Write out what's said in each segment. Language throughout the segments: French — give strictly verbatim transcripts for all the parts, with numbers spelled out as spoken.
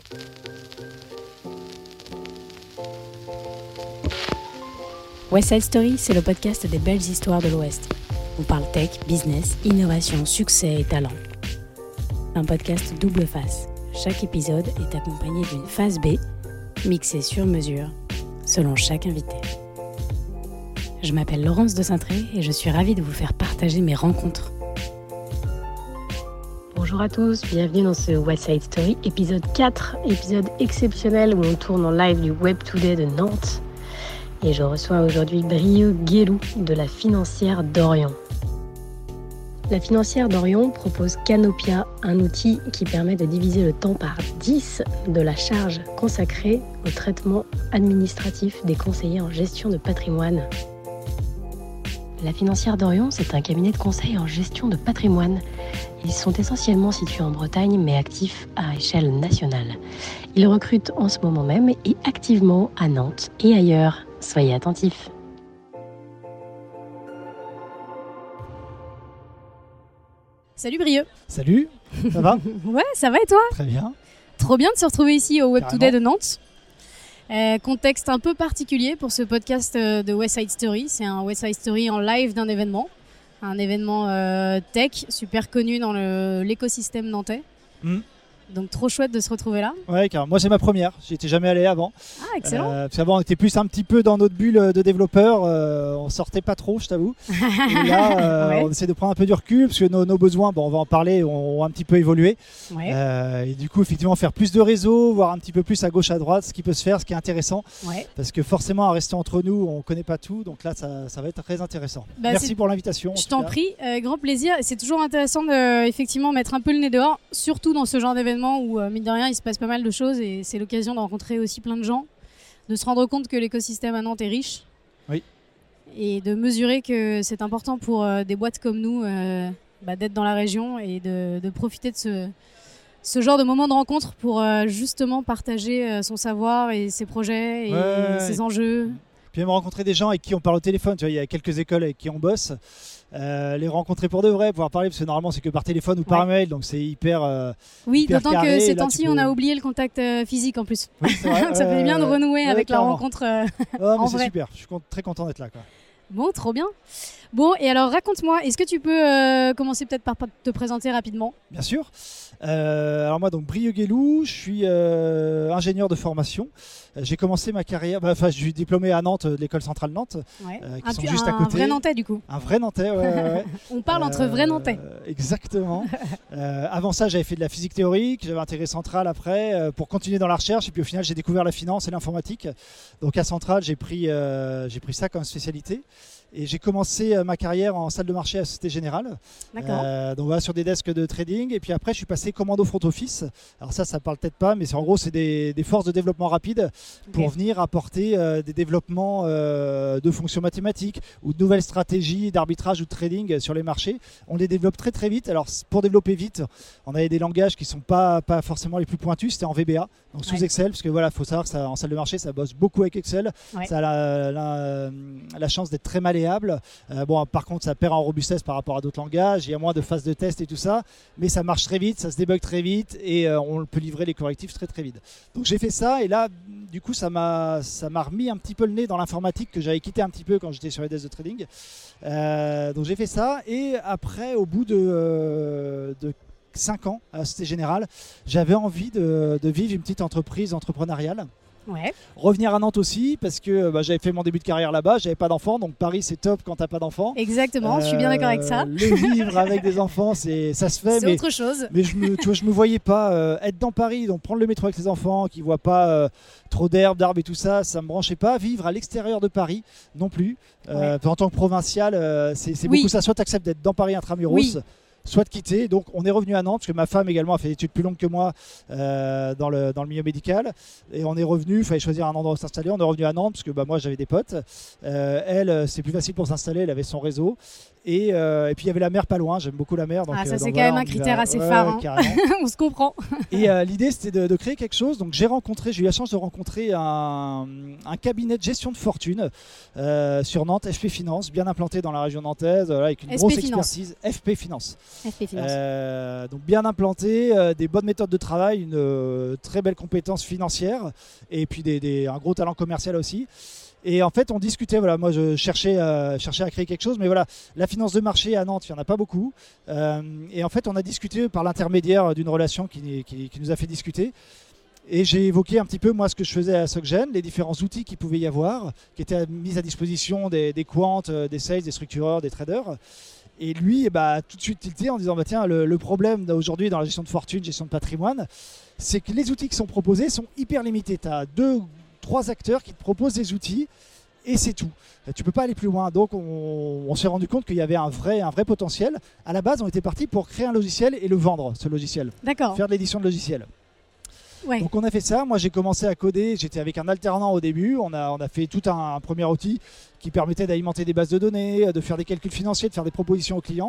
West Side Story, c'est le podcast des belles histoires de l'Ouest. On parle tech, business, innovation, succès et talent. Un podcast double face. Chaque épisode est accompagné d'une phase B, mixée sur mesure, selon chaque invité. Je m'appelle Laurence de Saintré et je suis ravie de vous faire partager mes rencontres. Bonjour à tous, bienvenue dans ce West Side Story, épisode quatre, épisode exceptionnel où on tourne en live du Web Today de Nantes. Et je reçois aujourd'hui Brieux Guélou de la Financière d'Orion. La Financière d'Orion propose Canopia, un outil qui permet de diviser le temps par dix de la charge consacrée au traitement administratif des conseillers en gestion de patrimoine. La Financière d'Orion, c'est un cabinet de conseil en gestion de patrimoine. Ils sont essentiellement situés en Bretagne, mais actifs à échelle nationale. Ils recrutent en ce moment même et activement à Nantes et ailleurs. Soyez attentifs. Salut Brieux. Salut, ça va? Ouais, ça va et toi? Très bien. Trop bien de se retrouver ici au Web Carrément. Today de Nantes. Euh, contexte un peu particulier pour ce podcast de West Side Story. C'est un West Side Story en live d'un événement. Un événement euh, tech super connu dans le, l'écosystème nantais. Mm. Donc trop chouette de se retrouver là. Ouais, car moi c'est ma première, j'y étais jamais allé avant. Ah, excellent. Euh, parce qu'avant on était plus un petit peu dans notre bulle de développeurs, euh, on sortait pas trop, je t'avoue. Et là, euh, ouais. on essaie de prendre un peu du recul parce que nos, nos besoins, bon, on va en parler, ont, ont un petit peu évolué. Ouais. Euh, et du coup, effectivement, faire plus de réseaux, voir un petit peu plus à gauche, à droite, ce qui peut se faire, ce qui est intéressant. Ouais. Parce que forcément, à rester entre nous, on connaît pas tout, donc là, ça, ça va être très intéressant. Bah, Merci pour l'invitation. Je t'en cas. prie, euh, grand plaisir. C'est toujours intéressant de effectivement mettre un peu le nez dehors, surtout dans ce genre d'événement où euh, mine de rien, il se passe pas mal de choses et c'est l'occasion de rencontrer aussi plein de gens, de se rendre compte que l'écosystème à Nantes est riche. Oui. Et de mesurer que c'est important pour euh, des boîtes comme nous euh, bah, d'être dans la région et de, de profiter de ce, ce genre de moment de rencontre pour euh, justement partager euh, son savoir et ses projets et ouais, ses ouais. enjeux. Puis même rencontrer des gens avec qui on parle au téléphone. Tu vois, il y a quelques écoles avec qui on bosse. Euh, les rencontrer pour de vrai, pouvoir parler, parce que normalement c'est que par téléphone ou par ouais. mail, donc c'est hyper. Euh, oui, hyper d'autant carré, que ces là, temps-ci peux... on a oublié le contact euh, physique en plus. Oui, c'est vrai. Ça fait bien de renouer ouais, avec clairement. la rencontre euh, oh, en mais vrai. C'est super, je suis très content d'être là, quoi. Bon, trop bien. Bon, et alors raconte-moi, est-ce que tu peux euh, commencer peut-être par te présenter rapidement? Bien sûr. Euh, alors moi, donc Brieux Guélou, je suis euh, ingénieur de formation. Euh, j'ai commencé ma carrière, enfin bah, je suis diplômé à Nantes, de l'école centrale Nantes, ouais. euh, qui un, sont un, juste à côté. Un vrai Nantais du coup. Un vrai Nantais, ouais. ouais, ouais. On parle euh, entre vrais Nantais. Exactement. euh, avant ça, j'avais fait de la physique théorique, j'avais intégré Centrale après euh, pour continuer dans la recherche. Et puis au final, j'ai découvert la finance et l'informatique. Donc à Centrale, j'ai pris, euh, j'ai pris ça comme spécialité. Et j'ai commencé ma carrière en salle de marché à la Société Générale. D'accord. Euh, donc voilà, sur des desks de trading. Et puis après, je suis passé commando front office. Alors ça, ça parle peut-être pas, mais c'est en gros, c'est des, des forces de développement rapide pour okay. venir apporter euh, des développements euh, de fonctions mathématiques ou de nouvelles stratégies d'arbitrage ou de trading sur les marchés. On les développe très très vite. Alors pour développer vite, on avait des langages qui ne sont pas, pas forcément les plus pointus. C'était en V B A, donc sous ouais. Excel, parce que voilà, faut savoir que ça, en salle de marché, ça bosse beaucoup avec Excel. Ouais. Ça a la, la, la chance d'être très malléable. Euh, bon, par contre, ça perd en robustesse par rapport à d'autres langages. Il y a moins de phases de test et tout ça, mais ça marche très vite, ça se débug très vite et euh, on peut livrer les correctifs très très vite. Donc j'ai fait ça et là, du coup, ça m'a ça m'a remis un petit peu le nez dans l'informatique que j'avais quitté un petit peu quand j'étais sur les desks de trading. Euh, donc j'ai fait ça et après, au bout de, euh, de cinq ans à la Société Générale, j'avais envie de, de vivre une petite entreprise entrepreneuriale. Ouais. Revenir à Nantes aussi parce que bah, j'avais fait mon début de carrière là-bas, j'avais pas d'enfants, donc Paris c'est top quand t'as pas d'enfants. Exactement, euh, je suis bien d'accord avec ça. Le vivre avec des enfants, c'est ça se fait, c'est mais autre chose. Mais je me, tu vois, je me voyais pas euh, être dans Paris, donc prendre le métro avec les enfants, qui voient pas euh, trop d'herbe, d'arbres et tout ça, ça me branchait pas. Vivre à l'extérieur de Paris non plus. Euh, ouais. En tant que provincial, euh, c'est, c'est oui. beaucoup ça. Soit t'acceptes d'être dans Paris intramuros. Oui. Soit de quitter. Donc on est revenu à Nantes parce que ma femme également a fait des études plus longues que moi euh, dans, le, dans le milieu médical et on est revenu, il fallait choisir un endroit où s'installer. On est revenu à Nantes parce que bah, moi j'avais des potes, euh, elle c'est plus facile pour s'installer, elle avait son réseau Et, euh, et puis il y avait la mer pas loin, j'aime beaucoup la mer. Donc, ah, ça euh, c'est donc, quand voilà, même un on y critère va. assez Ouais, phare. ouais, Hein. On se comprend. Et euh, l'idée c'était de, de créer quelque chose. Donc j'ai rencontré, j'ai eu la chance de rencontrer un, un cabinet de gestion de fortune euh, sur Nantes, F P Finance, bien implanté dans la région nantaise, voilà, avec une S P grosse Finance. expertise. F P Finance. F P Finance. Euh, donc bien implanté, euh, des bonnes méthodes de travail, une euh, très belle compétence financière et puis des, des, un gros talent commercial aussi. Et en fait, on discutait, voilà, moi je cherchais, euh, cherchais à créer quelque chose, mais voilà, la finance de marché à Nantes, il n'y en a pas beaucoup. Euh, et en fait, on a discuté par l'intermédiaire d'une relation qui, qui, qui nous a fait discuter. Et j'ai évoqué un petit peu, moi, ce que je faisais à SocGen, les différents outils qu'il pouvait y avoir, qui étaient mis à disposition des, des quants, des sales, des structureurs, des traders. Et lui, bah, tout de suite tilté en disant, bah, tiens, le, le problème aujourd'hui dans la gestion de fortune, gestion de patrimoine, c'est que les outils qui sont proposés sont hyper limités. Tu as deux trois acteurs qui te proposent des outils et c'est tout. Tu peux pas aller plus loin. Donc on, on s'est rendu compte qu'il y avait un vrai, un vrai potentiel. À la base, on était parti pour créer un logiciel et le vendre, ce logiciel. D'accord. Faire de l'édition de logiciels. Ouais. Donc on a fait ça. Moi j'ai commencé à coder. J'étais avec un alternant au début. On a, on a fait tout un, un premier outil qui permettait d'alimenter des bases de données, de faire des calculs financiers, de faire des propositions aux clients.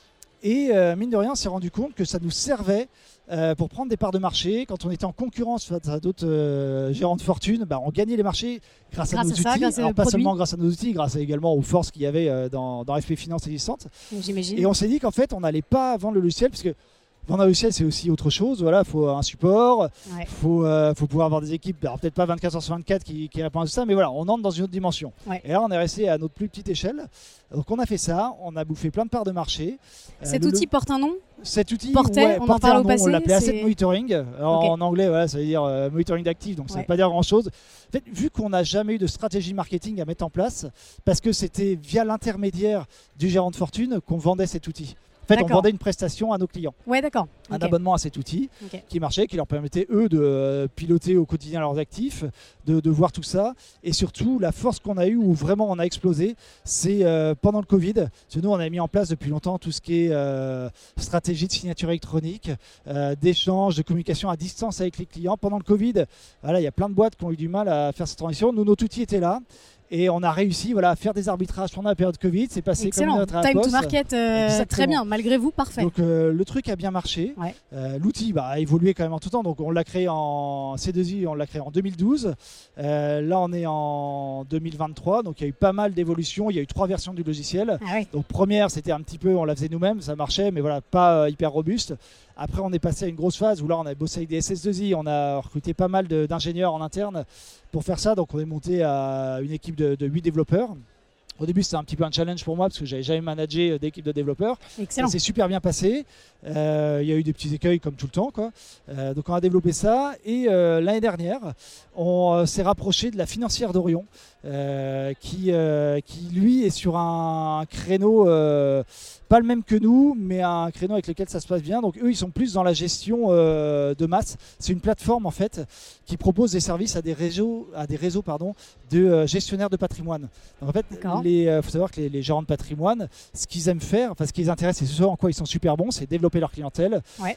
Et euh, mine de rien, on s'est rendu compte que ça nous servait euh, pour prendre des parts de marché. Quand on était en concurrence face à d'autres euh, gérants de fortune, bah, on gagnait les marchés grâce, grâce à nos à ça, outils. Grâce Alors, pas produit. seulement grâce à nos outils, grâce à également aux forces qu'il y avait euh, dans, dans F P Finance existantes. J'imagine. Et on s'est dit qu'en fait, on n'allait pas vendre le logiciel, parce que vendre un logiciel, c'est aussi autre chose. Voilà, il faut un support, il ouais. faut, euh, faut pouvoir avoir des équipes, alors peut-être pas vingt-quatre heures sur vingt-quatre qui, qui répondent à tout ça, mais voilà, on entre dans une autre dimension. Ouais. Et là, on est resté à notre plus petite échelle. Donc on a fait ça, on a bouffé plein de parts de marché. Cet euh, outil le... porte un nom ? Cet outil portait, ouais, on portait en parle un au nom, passé, on l'appelait c'est... Asset Monitoring. Alors, okay. En anglais, voilà, ça veut dire euh, monitoring d'actifs, donc ça ne ouais. veut pas dire grand-chose. En fait, vu qu'on n'a jamais eu de stratégie marketing à mettre en place, parce que c'était via l'intermédiaire du gérant de fortune qu'on vendait cet outil. En fait, on vendait une prestation à nos clients. Ouais, d'accord. Un okay. abonnement à cet outil okay. qui marchait, qui leur permettait, eux, de euh, piloter au quotidien leurs actifs, de, de voir tout ça. Et surtout, la force qu'on a eue, où vraiment on a explosé, c'est euh, pendant le Covid. Parce que nous, on a mis en place depuis longtemps tout ce qui est euh, stratégie de signature électronique, euh, d'échange, de communication à distance avec les clients. Pendant le Covid, voilà, il y a plein de boîtes qui ont eu du mal à faire cette transition. Nous, notre outil était là. Et on a réussi voilà, à faire des arbitrages pendant la période Covid. C'est passé excellent. Comme une lettre à la Time poste. to market, euh, très bien. Malgré vous, parfait. Donc euh, le truc a bien marché. Ouais. Euh, l'outil bah, a évolué quand même en tout temps. Donc on l'a créé en C deux I, on l'a créé en deux mille douze. Euh, là on est en deux mille vingt-trois. Donc il y a eu pas mal d'évolutions. Il y a eu trois versions du logiciel. Ah ouais. Donc première, c'était un petit peu, on la faisait nous-mêmes, ça marchait, mais voilà, pas euh, hyper robuste. Après, on est passé à une grosse phase où là, on a bossé avec des S S deux I, on a recruté pas mal de, d'ingénieurs en interne pour faire ça. Donc, on est monté à une équipe de, de huit développeurs. Au début, c'était un petit peu un challenge pour moi parce que j'avais jamais managé d'équipe de développeurs. Excellent. C'est super bien passé. Euh, il y a eu des petits écueils comme tout le temps, quoi. Euh, donc, on a développé ça. Et euh, l'année dernière, on euh, s'est rapproché de la financière d'Orion, euh, qui, euh, qui lui est sur un créneau. Euh, Pas le même que nous, mais un créneau avec lequel ça se passe bien. Donc eux, ils sont plus dans la gestion euh, de masse. C'est une plateforme en fait qui propose des services à des réseaux, à des réseaux pardon, de euh, gestionnaires de patrimoine. Donc en fait, il euh, faut savoir que les, les gérants de patrimoine, ce qu'ils aiment faire, enfin ce qui les intéresse, c'est ce en quoi ils sont super bons, c'est développer leur clientèle, ouais.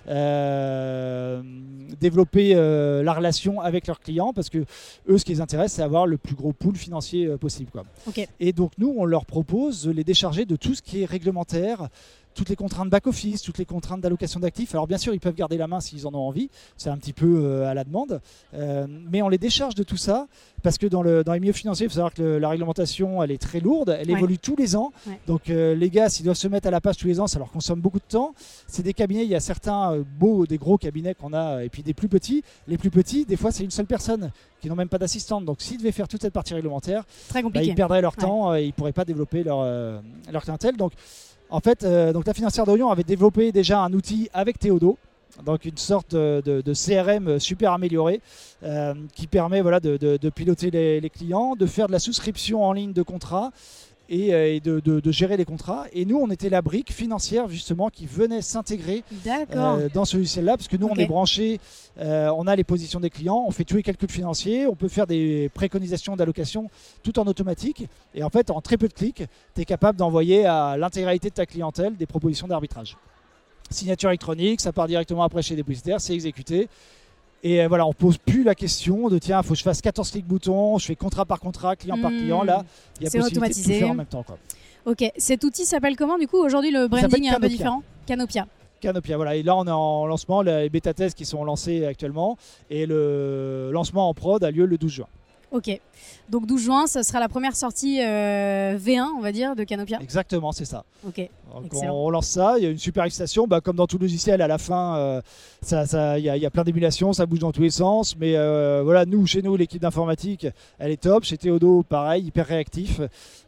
euh, développer euh, la relation avec leurs clients, parce que eux, ce qui les intéresse, c'est avoir le plus gros pool financier euh, possible, quoi. Okay. Et donc nous, on leur propose de les décharger de tout ce qui est réglementaire, toutes les contraintes back-office, toutes les contraintes d'allocation d'actifs. Alors bien sûr, ils peuvent garder la main s'ils en ont envie, c'est un petit peu euh, à la demande, euh, mais on les décharge de tout ça, parce que dans, le, dans les milieux financiers, il faut savoir que le, la réglementation, elle est très lourde, elle ouais. évolue tous les ans, ouais. donc euh, les gars, s'ils doivent se mettre à la page tous les ans, ça leur consomme beaucoup de temps. C'est des cabinets, il y a certains euh, beaux, des gros cabinets qu'on a, et puis des plus petits. Les plus petits, des fois, c'est une seule personne, qui n'ont même pas d'assistante, donc s'ils devaient faire toute cette partie réglementaire, très compliqué. Bah, ils perdraient leur ouais. temps, et ils ne pourraient pas développer leur, euh, leur clientèle. Donc, En fait, euh, donc la financière d'Orion avait développé déjà un outil avec Théodo, donc une sorte de, de, de C R M super amélioré euh, qui permet voilà, de, de, de piloter les, les clients, de faire de la souscription en ligne de contrats et, euh, et de, de, de gérer les contrats. Et nous, on était la brique financière justement qui venait s'intégrer euh, dans ce logiciel-là, parce que nous, okay. on est branché, euh, on a les positions des clients, on fait tous les calculs financiers, on peut faire des préconisations d'allocation tout en automatique. Et en fait, en très peu de clics, tu es capable d'envoyer à l'intégralité de ta clientèle des propositions d'arbitrage. Signature électronique, ça part directement après chez les dépositaires, c'est exécuté. Et voilà, on ne pose plus la question de tiens, il faut que je fasse quatorze clics boutons, je fais contrat par contrat, client mmh. par client. Là, il y a possibilité de tout faire en même temps, quoi. Ok, cet outil s'appelle comment du coup? Aujourd'hui, le branding est un peu différent. Canopia. Canopia, voilà. Et là, on est en lancement, les bêta-tests qui sont lancés actuellement. Et le lancement en prod a lieu le douze juin. Ok, donc douze juin, ça sera la première sortie euh, V un, on va dire, de Canopia. Exactement, c'est ça. Ok, donc excellent. On lance ça, il y a une super excitation, bah, comme dans tout logiciel, à la fin, euh, ça, ça, il y, a, il y a plein d'émulations, ça bouge dans tous les sens, mais euh, voilà, nous, chez nous, l'équipe d'informatique, elle est top. Chez Théodo, pareil, hyper réactif.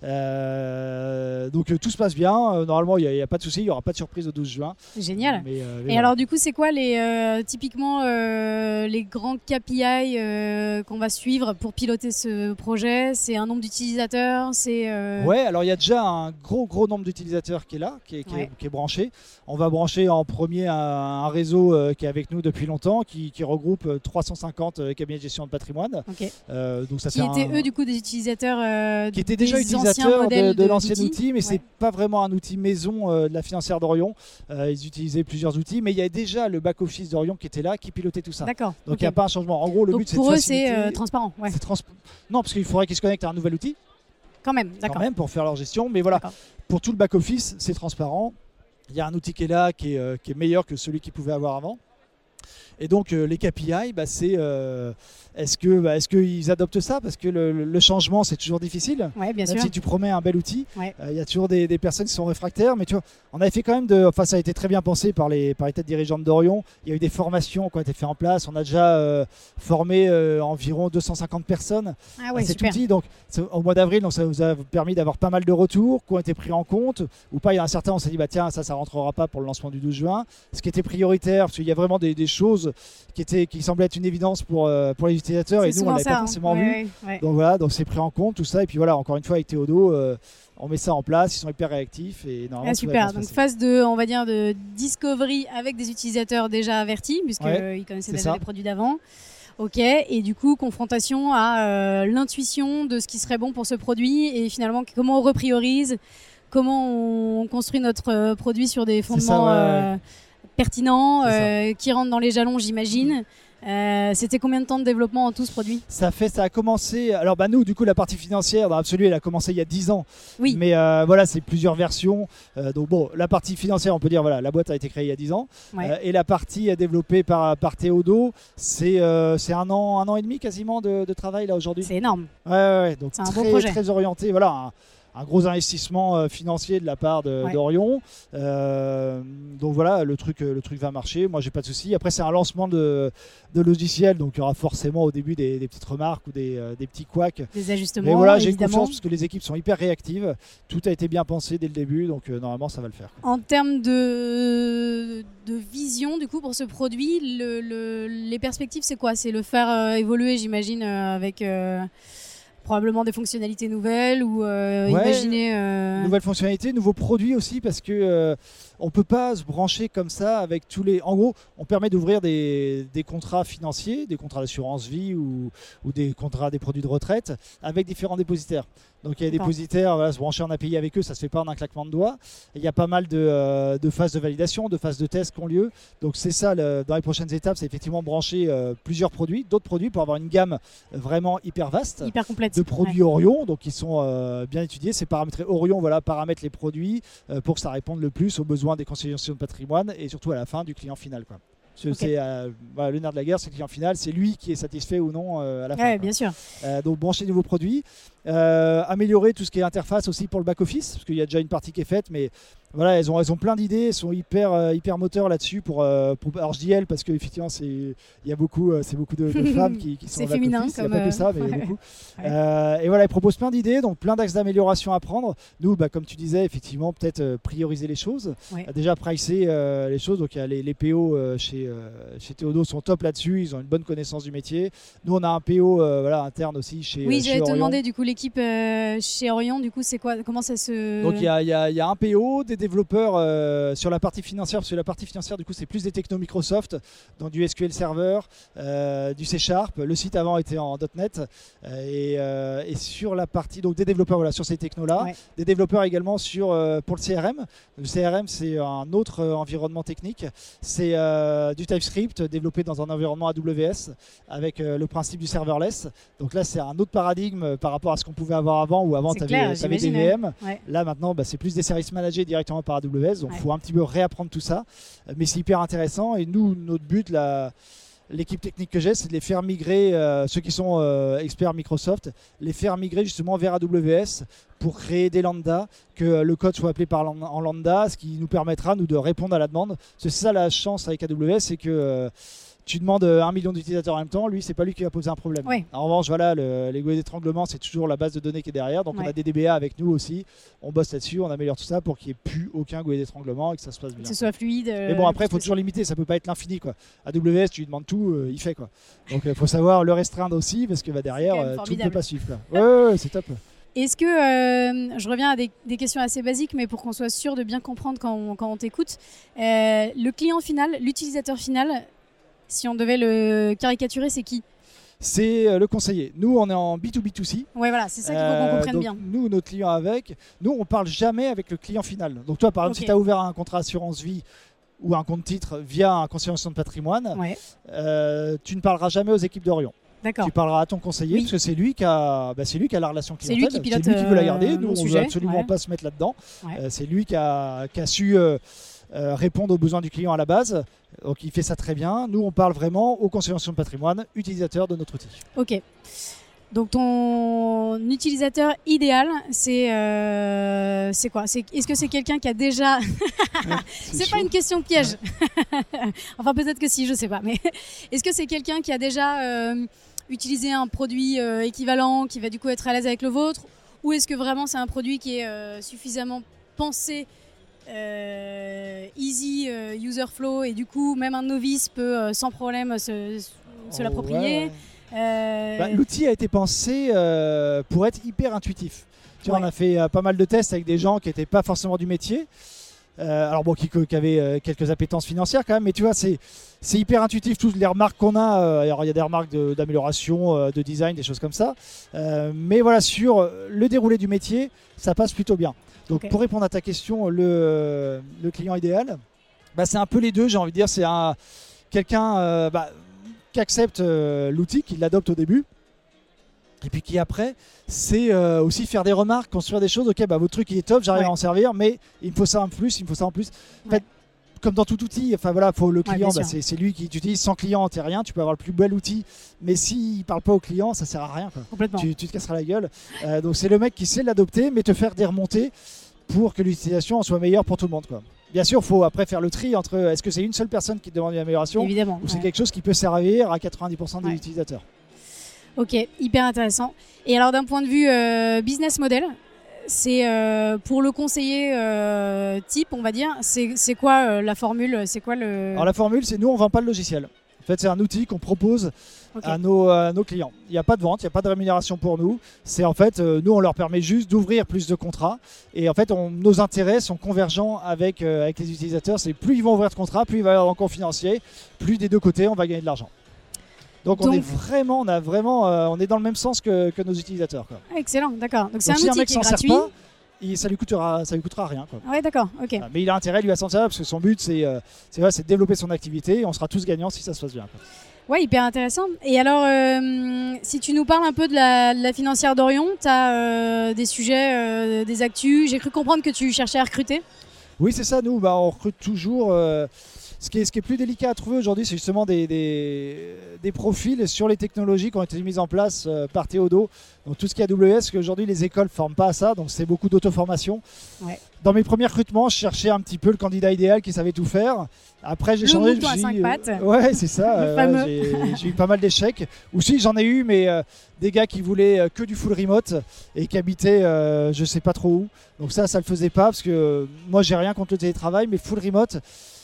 Euh, donc euh, tout se passe bien. Euh, normalement, il n'y a, a pas de souci, il n'y aura pas de surprise au douze juin. Génial. Mais, euh, mais Et voilà. alors, du coup, c'est quoi les euh, typiquement euh, les grands K P I euh, qu'on va suivre pour piloter ce projet? C'est un nombre d'utilisateurs, c'est euh... Ouais, alors il y a déjà un gros gros nombre d'utilisateurs qui est là, qui est, qui, ouais. est, qui est branché. On va brancher en premier un, un réseau euh, qui est avec nous depuis longtemps, qui, qui regroupe trois cent cinquante euh, cabinets de gestion de patrimoine. Okay. Euh, donc ça qui étaient un... eux du coup des utilisateurs euh, qui étaient déjà utilisateurs de, de, de l'ancien outil, mais ouais. c'est pas vraiment un outil maison euh, de la financière d'Orion. Euh, ils utilisaient plusieurs outils, mais il y a déjà le back office d'Orion qui était là, qui pilotait tout ça. D'accord. Donc il okay. n'y a pas un changement. En gros, le donc but c'est pour de eux faciliter... c'est euh, transparent. Ouais. Trans... Non, parce qu'il faudrait qu'ils se connectent à un nouvel outil. Quand même, d'accord. Quand même, pour faire leur gestion. Mais voilà, pour tout le back-office, c'est transparent. Il y a un outil qui est là, qui est, euh, qui est meilleur que celui qu'ils pouvaient avoir avant. Et donc, euh, les K P I, bah, c'est euh, est-ce que, bah, est-ce qu'ils adoptent ça? Parce que le, le changement, c'est toujours difficile. Ouais, bien même sûr. si tu promets un bel outil, il ouais. euh, y a toujours des, des personnes qui sont réfractaires. Mais tu vois, on avait fait quand même de. Enfin, ça a été très bien pensé par les, par les têtes dirigeantes d'Orion. Il y a eu des formations qui ont été faites en place. On a déjà euh, formé euh, environ deux cent cinquante personnes ah ouais, à cet super. outil. Donc, au mois d'avril, donc ça vous a permis d'avoir pas mal de retours qui ont été pris en compte. Ou pas, il y a un certain, on s'est dit, bah tiens, ça, ça rentrera pas pour le lancement du douze juin. Ce qui était prioritaire, parce qu'il y a vraiment des, des choses qui, étaient, qui semblaient être une évidence pour, euh, pour les utilisateurs. Et nous, on ne l'avait pas forcément hein. vu. Ouais, ouais. Donc voilà, donc c'est pris en compte, tout ça. Et puis voilà, encore une fois, avec Théodo, euh, on met ça en place. Ils sont hyper réactifs. Et normalement, ah, super. Donc, phase de, on va dire, de discovery avec des utilisateurs déjà avertis, puisqu'ils ouais, euh, connaissaient déjà ça. les produits d'avant. Ok, et du coup, confrontation à euh, l'intuition de ce qui serait bon pour ce produit et finalement, comment on repriorise, comment on construit notre euh, produit sur des fondements ça, ouais, euh, ouais. pertinents, euh, qui rentrent dans les jalons, j'imagine. Euh, C'était combien de temps de développement en tout ce produit? Ça fait, ça a commencé. Alors bah nous, du coup, la partie financière dans l'absolu, elle a commencé il y a dix ans. Oui. Mais euh, voilà, c'est plusieurs versions. Euh, donc bon, la partie financière, on peut dire voilà, la boîte a été créée il y a dix ans. Ouais. Euh, et la partie développée par par Théodo, c'est euh, c'est un an, un an et demi quasiment de, de travail là aujourd'hui. C'est énorme. Ouais, ouais, ouais. Donc c'est un très, bon projet. Très orienté. Voilà. Un, un gros investissement euh, financier de la part d'Orion. Ouais. Euh, donc voilà, le truc, le truc va marcher. Moi, j'ai pas de souci. Après, c'est un lancement de, de logiciel, donc il y aura forcément au début des, des petites remarques ou des, euh, des petits couacs. Des ajustements. Mais voilà, j'ai évidemment. confiance parce que les équipes sont hyper réactives. Tout a été bien pensé dès le début, donc euh, normalement, ça va le faire. En termes de, de vision, du coup, pour ce produit, le, le, les perspectives, c'est quoi? C'est le faire euh, évoluer, j'imagine, euh, avec. Euh probablement des fonctionnalités nouvelles ou euh, ouais, imaginer euh... nouvelles fonctionnalités, nouveaux produits aussi, parce que euh, on peut pas se brancher comme ça avec tous les. En gros, on permet d'ouvrir des, des contrats financiers, des contrats d'assurance vie ou, ou des contrats des produits de retraite avec différents dépositaires. Donc il y a des dépositaires, voilà, se brancher en A P I avec eux, ça se fait pas en un claquement de doigts. Il y a pas mal de, euh, de phases de validation, de phases de test qui ont lieu. Donc c'est ça, le, dans les prochaines étapes, c'est effectivement brancher euh, plusieurs produits, d'autres produits pour avoir une gamme vraiment hyper vaste, hyper complète, de produits ouais. Orion, donc qui sont euh, bien étudiés. C'est paramétré Orion, voilà, paramètre les produits euh, pour que ça réponde le plus aux besoins des conseillers de patrimoine et surtout à la fin du client final, quoi. Okay. C'est euh, voilà, le nerf de la guerre, c'est le client final, c'est lui qui est satisfait ou non euh, à la fin. Ouais, bien sûr. Euh, donc brancher de nouveaux produits, euh, améliorer tout ce qui est interface aussi pour le back office, parce qu'il y a déjà une partie qui est faite, mais voilà, elles ont, elles ont plein d'idées, elles sont hyper, euh, hyper moteurs là-dessus. Pour, euh, pour, alors je dis elles parce qu'effectivement, il y a beaucoup, euh, c'est beaucoup de, de femmes qui, qui sont au back office. C'est féminin, il n'y a pas que ça, mais ouais. beaucoup. Ouais. Euh, et voilà, elles proposent plein d'idées, donc plein d'axes d'amélioration à prendre. Nous, bah, comme tu disais, effectivement, peut-être euh, prioriser les choses, ouais. euh, déjà pricer euh, les choses. Donc il y a les, les P O euh, chez, euh, chez Théodo sont top là-dessus, ils ont une bonne connaissance du métier. Nous, on a un P O euh, voilà, interne aussi chez Oui, euh, j'allais te demander, du coup, l'équipe euh, chez Orion, du coup, c'est quoi, comment ça se... Donc il y a, y, a, y a un P O, des développeurs euh, sur la partie financière, parce que la partie financière, du coup, c'est plus des technos Microsoft, donc du S Q L Server, euh, du C Sharp. Le site avant était en .NET. Euh, et, euh, et sur la partie, donc des développeurs voilà, sur ces technos-là, ouais. Des développeurs également sur, euh, pour le C R M. Le C R M, c'est un autre euh, environnement technique. C'est euh, du TypeScript développé dans un environnement A W S avec euh, le principe du serverless. Donc là, c'est un autre paradigme par rapport à ce qu'on pouvait avoir avant, où avant, tu avais des V M. Ouais. Là, maintenant, bah, c'est plus des services managés directement par A W S. Donc, il ouais. faut un petit peu réapprendre tout ça. Mais c'est hyper intéressant. Et nous, notre but, la, l'équipe technique que j'ai, c'est de les faire migrer, euh, ceux qui sont euh, experts Microsoft, les faire migrer justement vers A W S pour créer des lambda, que le code soit appelé par en lambda, ce qui nous permettra, nous, de répondre à la demande. C'est ça la chance avec A W S, c'est que... Euh, tu demandes un million d'utilisateurs en même temps, lui, c'est pas lui qui va poser un problème. Oui. En revanche, voilà, le, les goulets d'étranglement, c'est toujours la base de données qui est derrière. Donc, ouais. on a des D B A avec nous aussi. On bosse là-dessus, on améliore tout ça pour qu'il n'y ait plus aucun goulet d'étranglement et que ça se passe bien. Que ce soit fluide. Euh, Mais bon, après, il faut toujours limiter. Ça peut pas être l'infini, quoi. A W S, tu lui demandes tout, euh, il fait, quoi. Donc, il euh, faut savoir le restreindre aussi parce que bah, derrière, euh, tout ne peut pas suivre, quoi. Ouais, ouais, ouais, c'est top. Est-ce que, euh, je reviens à des, des questions assez basiques, mais pour qu'on soit sûr de bien comprendre quand on, quand on t'écoute, euh, le client final, l'utilisateur final, si on devait le caricaturer, c'est qui ? C'est euh, le conseiller. Nous, on est en B deux B deux C. Oui, voilà, c'est ça qu'il faut qu'on comprenne euh, bien. Nous, notre client avec, nous, on ne parle jamais avec le client final. Donc toi, par exemple, okay. si tu as ouvert un contrat assurance vie ou un compte titre via un consignation de patrimoine, ouais. euh, tu ne parleras jamais aux équipes d'Orion. D'accord. Tu parleras à ton conseiller, oui. parce que c'est lui qui a, bah, c'est lui qui a la relation clientèle. C'est lui qui pilote. C'est lui qui veut la garder. Euh, nous, on ne veut absolument ouais. pas se mettre là-dedans. Ouais. Euh, c'est lui qui a, qui a su euh, euh, répondre aux besoins du client à la base. Donc il fait ça très bien. Nous, on parle vraiment aux consignations de patrimoine, utilisateurs de notre outil. Ok. Donc ton utilisateur idéal, c'est euh, c'est quoi ? C'est, est-ce que c'est quelqu'un qui a déjà... c'est c'est pas une question piège. Enfin peut-être que si, je sais pas. Mais est-ce que c'est quelqu'un qui a déjà euh, utilisé un produit euh, équivalent, qui va du coup être à l'aise avec le vôtre ? Ou est-ce que vraiment c'est un produit qui est euh, suffisamment pensé Euh, easy euh, user flow et du coup même un novice peut euh, sans problème se, se oh, l'approprier. Ouais, ouais. Euh... Bah, l'outil a été pensé euh, pour être hyper intuitif. Tu vois, ouais. On a fait euh, pas mal de tests avec des gens qui n'étaient pas forcément du métier. Euh, alors bon, qui, qui avaient euh, quelques appétences financières quand même, mais tu vois, c'est, c'est hyper intuitif. Toutes les remarques qu'on a, euh, alors il y a des remarques de, d'amélioration, euh, de design, des choses comme ça. Euh, mais voilà, sur le déroulé du métier, ça passe plutôt bien. Donc okay. Pour répondre à ta question, le, le client idéal, bah, c'est un peu les deux, j'ai envie de dire. C'est un, quelqu'un euh, bah, qui accepte euh, l'outil, qui l'adopte au début, et puis qui après, c'est euh, aussi faire des remarques, construire des choses. Ok, bah, votre truc il est top, j'arrive ouais. à en servir, mais il me faut ça en plus, il me faut ça en plus. En fait, ouais. Comme dans tout outil, enfin voilà, faut le client, ouais, bah, c'est, c'est lui qui utilise. Sans client, t'es rien. Tu peux avoir le plus bel outil, mais s'il ne parle pas au client, ça sert à rien, quoi. Complètement. Tu, tu te casseras la gueule. Euh, donc c'est le mec qui sait l'adopter, mais te faire des remontées pour que l'utilisation en soit meilleure pour tout le monde, quoi. Bien sûr, il faut après faire le tri entre est-ce que c'est une seule personne qui te demande une amélioration, évidemment, ou c'est ouais. quelque chose qui peut servir à quatre-vingt-dix pour cent des ouais. utilisateurs. Ok, hyper intéressant. Et alors d'un point de vue euh, business model, c'est euh, pour le conseiller euh, type, on va dire, c'est, c'est quoi euh, la formule, c'est quoi le... Alors la formule, c'est nous, on ne vend pas le logiciel. En fait, c'est un outil qu'on propose okay. à, nos, à nos clients. Il n'y a pas de vente, il n'y a pas de rémunération pour nous. C'est en fait, euh, nous, on leur permet juste d'ouvrir plus de contrats. Et en fait, on, nos intérêts sont convergents avec, euh, avec les utilisateurs. C'est plus ils vont ouvrir de contrats, plus il va y avoir d'encours financiers, plus des deux côtés, on va gagner de l'argent. Donc, Donc on est vraiment, on a vraiment, euh, on est dans le même sens que, que nos utilisateurs, quoi. Excellent, d'accord. Donc c'est Donc, un si outil un mec qui s'en est sert gratuit. Pas, il, ça lui coûtera, ça lui coûtera rien, quoi. Ouais, d'accord, ok. Voilà, mais il a intérêt lui à s'en servir parce que son but c'est, euh, c'est, vrai, c'est de développer son activité et on sera tous gagnants si ça se passe bien, quoi. Ouais, hyper intéressant. Et alors, euh, si tu nous parles un peu de la, de la financière d'Orion, tu as euh, des sujets, euh, des actus. J'ai cru comprendre que tu cherchais à recruter. Oui, c'est ça. Nous, bah, on recrute toujours. Euh, ce, qui est, ce qui est plus délicat à trouver aujourd'hui, c'est justement des, des, des profils sur les technologies qui ont été mises en place euh, par Théodo. Donc tout ce qui est A W S, qu'aujourd'hui les écoles ne forment pas à ça, donc c'est beaucoup d'auto-formation. Ouais. Dans mes premiers recrutements, je cherchais un petit peu le candidat idéal qui savait tout faire. Après, j'ai le changé. Le à cinq euh, pattes. Ouais, c'est ça. Le euh, fameux. J'ai, j'ai eu pas mal d'échecs. Ou si, j'en ai eu, mais euh, des gars qui voulaient euh, que du full remote et qui habitaient euh, je sais pas trop où. Donc ça, ça le faisait pas parce que euh, moi, j'ai rien contre le télétravail, mais full remote,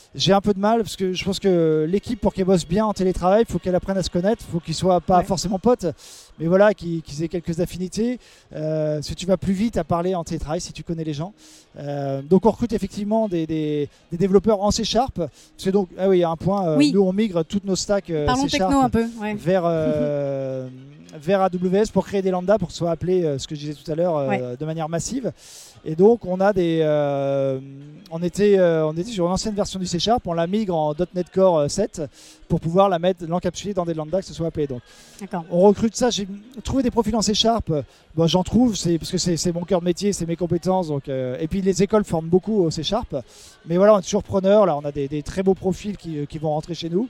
j'ai un peu de mal parce que je pense que l'équipe, pour qu'elle bosse bien en télétravail, il faut qu'elle apprenne à se connaître, il faut qu'ils soient pas ouais. forcément potes, mais voilà, qu'ils, qu'ils aient quelques affinités. Euh, si tu vas plus vite à parler en télétravail, si tu connais les gens. Euh, donc on recrute effectivement des, des, des développeurs en C Sharp. Parce que donc, ah oui, il y a un point, euh, oui. nous on migre toutes nos stacks euh, Parlons C Sharp techno un peu, ouais. vers, euh, vers A W S pour créer des lambdas pour que ce soit appelé, euh, ce que je disais tout à l'heure, euh, ouais. de manière massive. Et donc on a des, euh, on était, euh, on était sur une ancienne version du C Sharp, on la migre en .NET Core sept pour pouvoir la mettre, l'encapsuler dans des lambdas que ce soit appelé. Donc on recrute ça. J'ai trouvé des profils en C Sharp. Bon, j'en trouve, c'est parce que c'est, c'est mon cœur de métier, c'est mes compétences. Donc euh, et puis les écoles forment beaucoup au C Sharp. Mais voilà, on est toujours preneurs. Là, on a des, des très beaux profils qui, qui vont rentrer chez nous.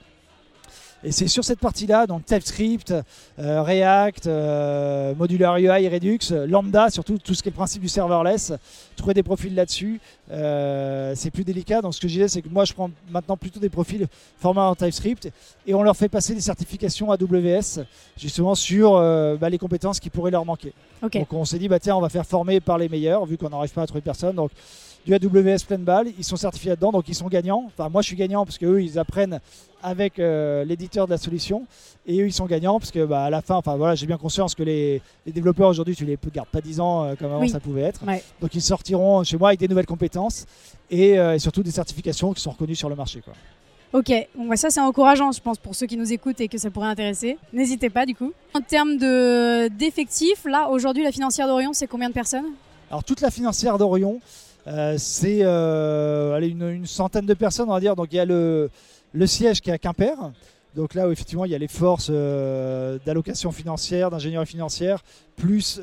Et c'est sur cette partie-là, donc TypeScript, euh, React, euh, Modular U I, Redux, Lambda, surtout tout ce qui est le principe du serverless, trouver des profils là-dessus, euh, c'est plus délicat. Donc ce que je disais, c'est que moi je prends maintenant plutôt des profils formés en TypeScript et on leur fait passer des certifications A W S justement sur euh, bah, les compétences qui pourraient leur manquer. Okay. Donc on s'est dit, bah, tiens, on va faire former par les meilleurs, vu qu'on n'arrive pas à trouver personne. Donc du A W S pleine balle, ils sont certifiés là-dedans, donc ils sont gagnants. Enfin, moi je suis gagnant parce qu'eux ils apprennent avec euh, l'éditeur de la solution et eux ils sont gagnants parce que bah, à la fin, enfin voilà, j'ai bien conscience que les, les développeurs aujourd'hui tu les gardes pas dix ans euh, comme avant oui. ça pouvait être. Ouais. Donc ils sortiront chez moi avec des nouvelles compétences et, euh, et surtout des certifications qui sont reconnues sur le marché, quoi. Ok, bon, bah ça c'est encourageant je pense pour ceux qui nous écoutent et que ça pourrait intéresser. N'hésitez pas du coup. En termes de, d'effectifs, là aujourd'hui la financière d'Orion c'est combien de personnes? Alors toute la financière d'Orion, Euh, c'est euh, allez, une, une centaine de personnes, on va dire. Donc il y a le, le siège qui est à Quimper. Donc là où effectivement il y a les forces euh, d'allocation financière, d'ingénierie financière, plus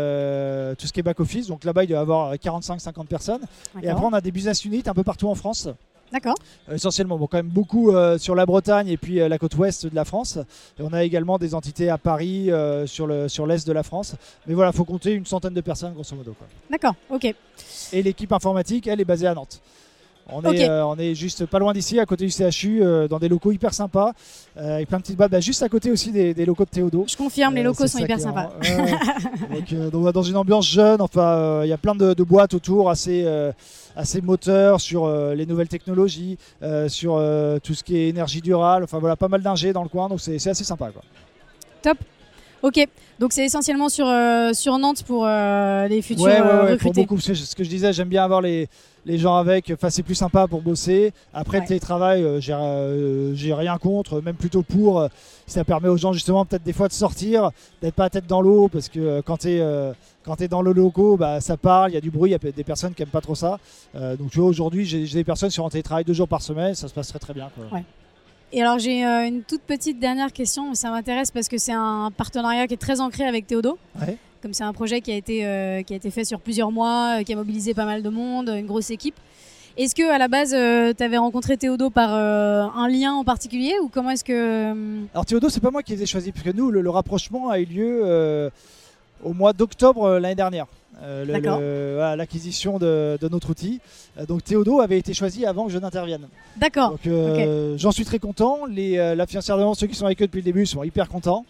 euh, tout ce qui est back-office. Donc là-bas il doit y avoir quarante-cinq à cinquante personnes. D'accord. Et après on a des business units un peu partout en France. D'accord. Euh, essentiellement, bon, quand même beaucoup euh, sur la Bretagne et puis euh, la côte ouest de la France. Et on a également des entités à Paris, euh, sur, le, sur l'est de la France. Mais voilà, il faut compter une centaine de personnes grosso modo, quoi. D'accord, ok. Et l'équipe informatique, elle est basée à Nantes. On, okay. est, euh, on est juste pas loin d'ici, à côté du C H U, euh, dans des locaux hyper sympas, euh, avec plein de petites boîtes, bah, juste à côté aussi des, des locaux de Théodo. Je confirme, euh, les locaux sont hyper sympas. Euh, donc, euh, donc, dans une ambiance jeune, enfin, il euh, y a plein de, de boîtes autour, assez, euh, assez moteurs sur euh, les nouvelles technologies, euh, sur euh, tout ce qui est énergie durable, enfin voilà, pas mal d'ingé dans le coin, donc c'est, c'est assez sympa, quoi. Top. Ok, donc c'est essentiellement sur, euh, sur Nantes pour euh, les futurs ouais, ouais, ouais, euh, recrutés. Pour beaucoup, c'est ce que je disais, j'aime bien avoir les, les gens avec, enfin c'est plus sympa pour bosser. Après ouais. le télétravail, euh, j'ai, euh, j'ai rien contre, même plutôt pour. Euh, ça permet aux gens justement peut-être des fois de sortir, d'être pas la tête dans l'eau, parce que euh, quand tu es euh, quand tu es dans le loco, bah, ça parle, il y a du bruit, il y a des personnes qui n'aiment pas trop ça. Euh, donc tu vois, aujourd'hui, j'ai, j'ai des personnes sur un télétravail deux jours par semaine, ça se passe très très bien, quoi. Ouais. Et alors j'ai euh, une toute petite dernière question, ça m'intéresse parce que c'est un partenariat qui est très ancré avec Théodo. Ouais. Comme c'est un projet qui a été, euh, qui a été fait sur plusieurs mois, euh, qui a mobilisé pas mal de monde, une grosse équipe. Est-ce que à la base euh, tu avais rencontré Théodo par euh, un lien en particulier ou comment est-ce que... Euh... Alors Théodo, c'est pas moi qui les ai choisis, puisque nous le, le rapprochement a eu lieu euh, au mois d'octobre euh, l'année dernière. Euh, le, le, voilà, l'acquisition de, de notre outil. Euh, donc Théodo avait été choisi avant que je n'intervienne. D'accord. Donc euh, okay. J'en suis très content. Les, euh, la financière de ceux qui sont avec eux depuis le début sont hyper contents.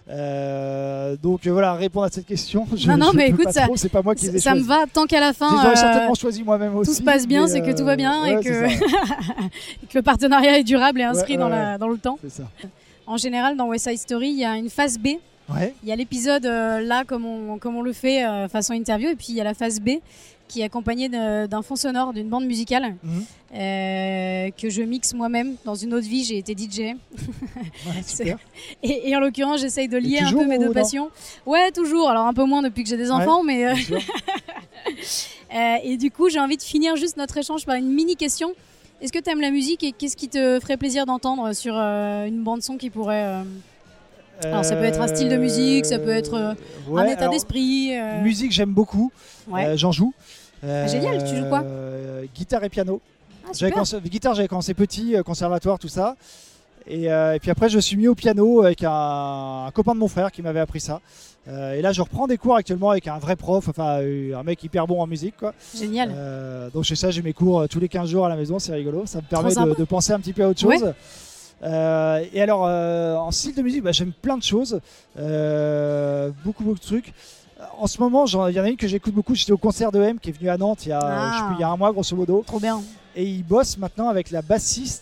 Euh, donc euh, voilà, répondre à cette question. Je, non non je mais peux écoute, pas ça, trop, c'est pas moi qui les ai ça choisis. me va tant qu'à la fin. J'aurais euh, certainement choisi moi-même aussi. Tout se passe bien, c'est que tout va bien ouais, et, que et que le partenariat est durable et inscrit ouais, ouais, dans, la, dans le temps. C'est ça. En général, dans West Side Story, il y a une phase B. Ouais. Il y a l'épisode euh, là comme on, comme on le fait euh, façon interview et puis il y a la phase B qui est accompagnée de, d'un fond sonore, d'une bande musicale mmh. euh, que je mixe moi-même. Dans une autre vie, j'ai été D J. Ouais, super. et, et en l'occurrence, j'essaye de lier un peu mes deux passions. Ouais, toujours. Alors un peu moins depuis que j'ai des enfants, ouais, mais... Euh... euh, et du coup, j'ai envie de finir juste notre échange par une mini question. Est-ce que tu aimes la musique et qu'est-ce qui te ferait plaisir d'entendre sur euh, une bande-son qui pourrait... Euh... Alors ça peut être un style de musique, ça peut être euh, ouais, un état alors, d'esprit. Euh... Musique, j'aime beaucoup. Ouais. Euh, j'en joue. Euh, ah, génial, tu joues quoi euh, Guitare et piano. Ah, j'avais commencé, guitare, j'avais commencé petit, conservatoire, tout ça. Et, euh, et puis après, je me suis mis au piano avec un, un copain de mon frère qui m'avait appris ça. Euh, et là, je reprends des cours actuellement avec un vrai prof, enfin un mec hyper bon en musique, quoi. Génial. Euh, donc je fais ça, j'ai mes cours tous les quinze jours à la maison, c'est rigolo. Ça me permet de, de penser un petit peu à autre chose. Ouais. Euh, et alors euh, en style de musique, bah, j'aime plein de choses, euh, beaucoup beaucoup de trucs. En ce moment, il y en a une que j'écoute beaucoup. J'étais au concert de M qui est venu à Nantes il y a, ah. je sais plus, il y a un mois grosso modo. Trop bien. et il bosse maintenant avec la bassiste